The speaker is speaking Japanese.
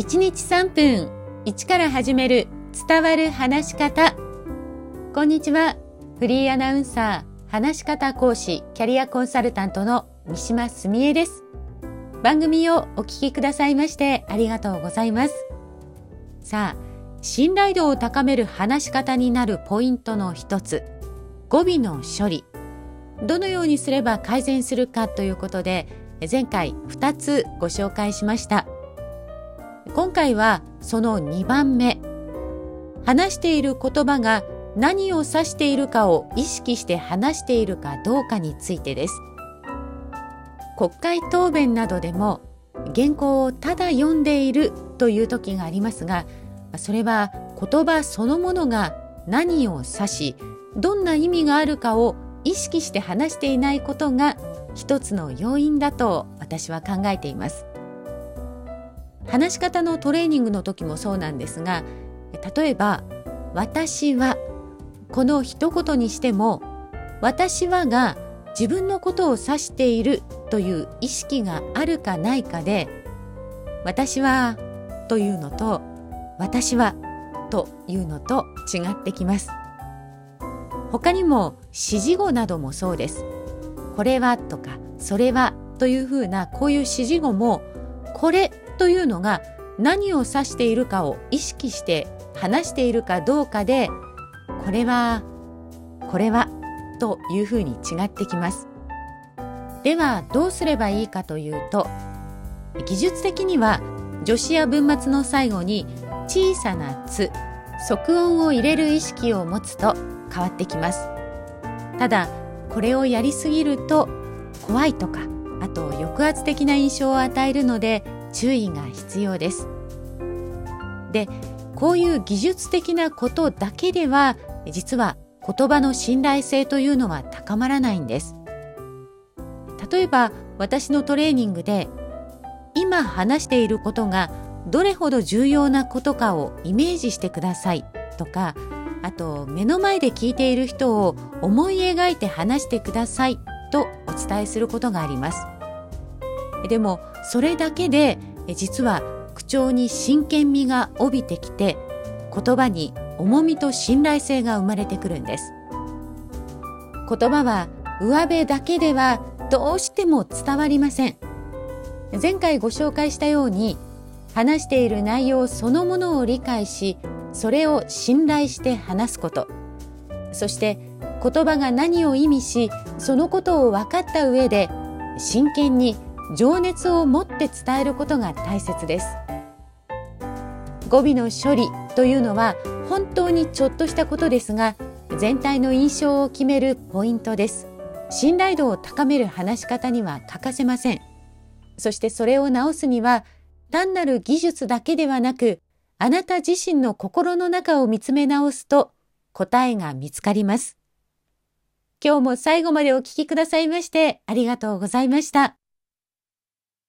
1日3分1から始める伝わる話し方。こんにちは。フリーアナウンサー、話し方講師、キャリアコンサルタントの三島澄江です。番組をお聞きくださいましてありがとうございます。さあ、信頼度を高める話し方になるポイントの一つ、語尾の処理。どのようにすれば改善するかということで、前回2つご紹介しました。今回はその2番目、話している言葉が何を指しているかを意識して話しているかどうかについてです。国会答弁などでも原稿をただ読んでいるという時がありますが、それは言葉そのものが何を指し、どんな意味があるかを意識して話していないことが一つの要因だと私は考えています。話し方のトレーニングの時もそうなんですが、例えば私はこの一言にしても、私はが自分のことを指しているという意識があるかないかで、私はというのと私はというのと違ってきます。他にも指示語などもそうです。これはとかそれはというふうなこういう指示語も、これというのが何を指しているかを意識して話しているかどうかで、これはというふうに違ってきます。ではどうすればいいかというと、技術的には助詞や文末の最後に小さなつ、即音を入れる意識を持つと変わってきます。ただこれをやりすぎると怖いとか、あと抑圧的な印象を与えるので注意が必要です。で、こういう技術的なことだけでは実は言葉の信頼性というのは高まらないんです。例えば私のトレーニングで、今話していることがどれほど重要なことかをイメージしてくださいとか、あと目の前で聞いている人を思い描いて話してくださいとお伝えすることがあります。でもそれだけで実は口調に真剣味が帯びてきて、言葉に重みと信頼性が生まれてくるんです。言葉は上辺だけではどうしても伝わりません。前回ご紹介したように、話している内容そのものを理解し、それを信頼して話すこと、そして言葉が何を意味し、そのことを分かった上で真剣に情熱を持って伝えることが大切です。語尾の処理というのは本当にちょっとしたことですが、全体の印象を決めるポイントです。信頼度を高める話し方には欠かせません。そしてそれを直すには、単なる技術だけではなく、あなた自身の心の中を見つめ直すと答えが見つかります。今日も最後までお聞きくださいましてありがとうございました。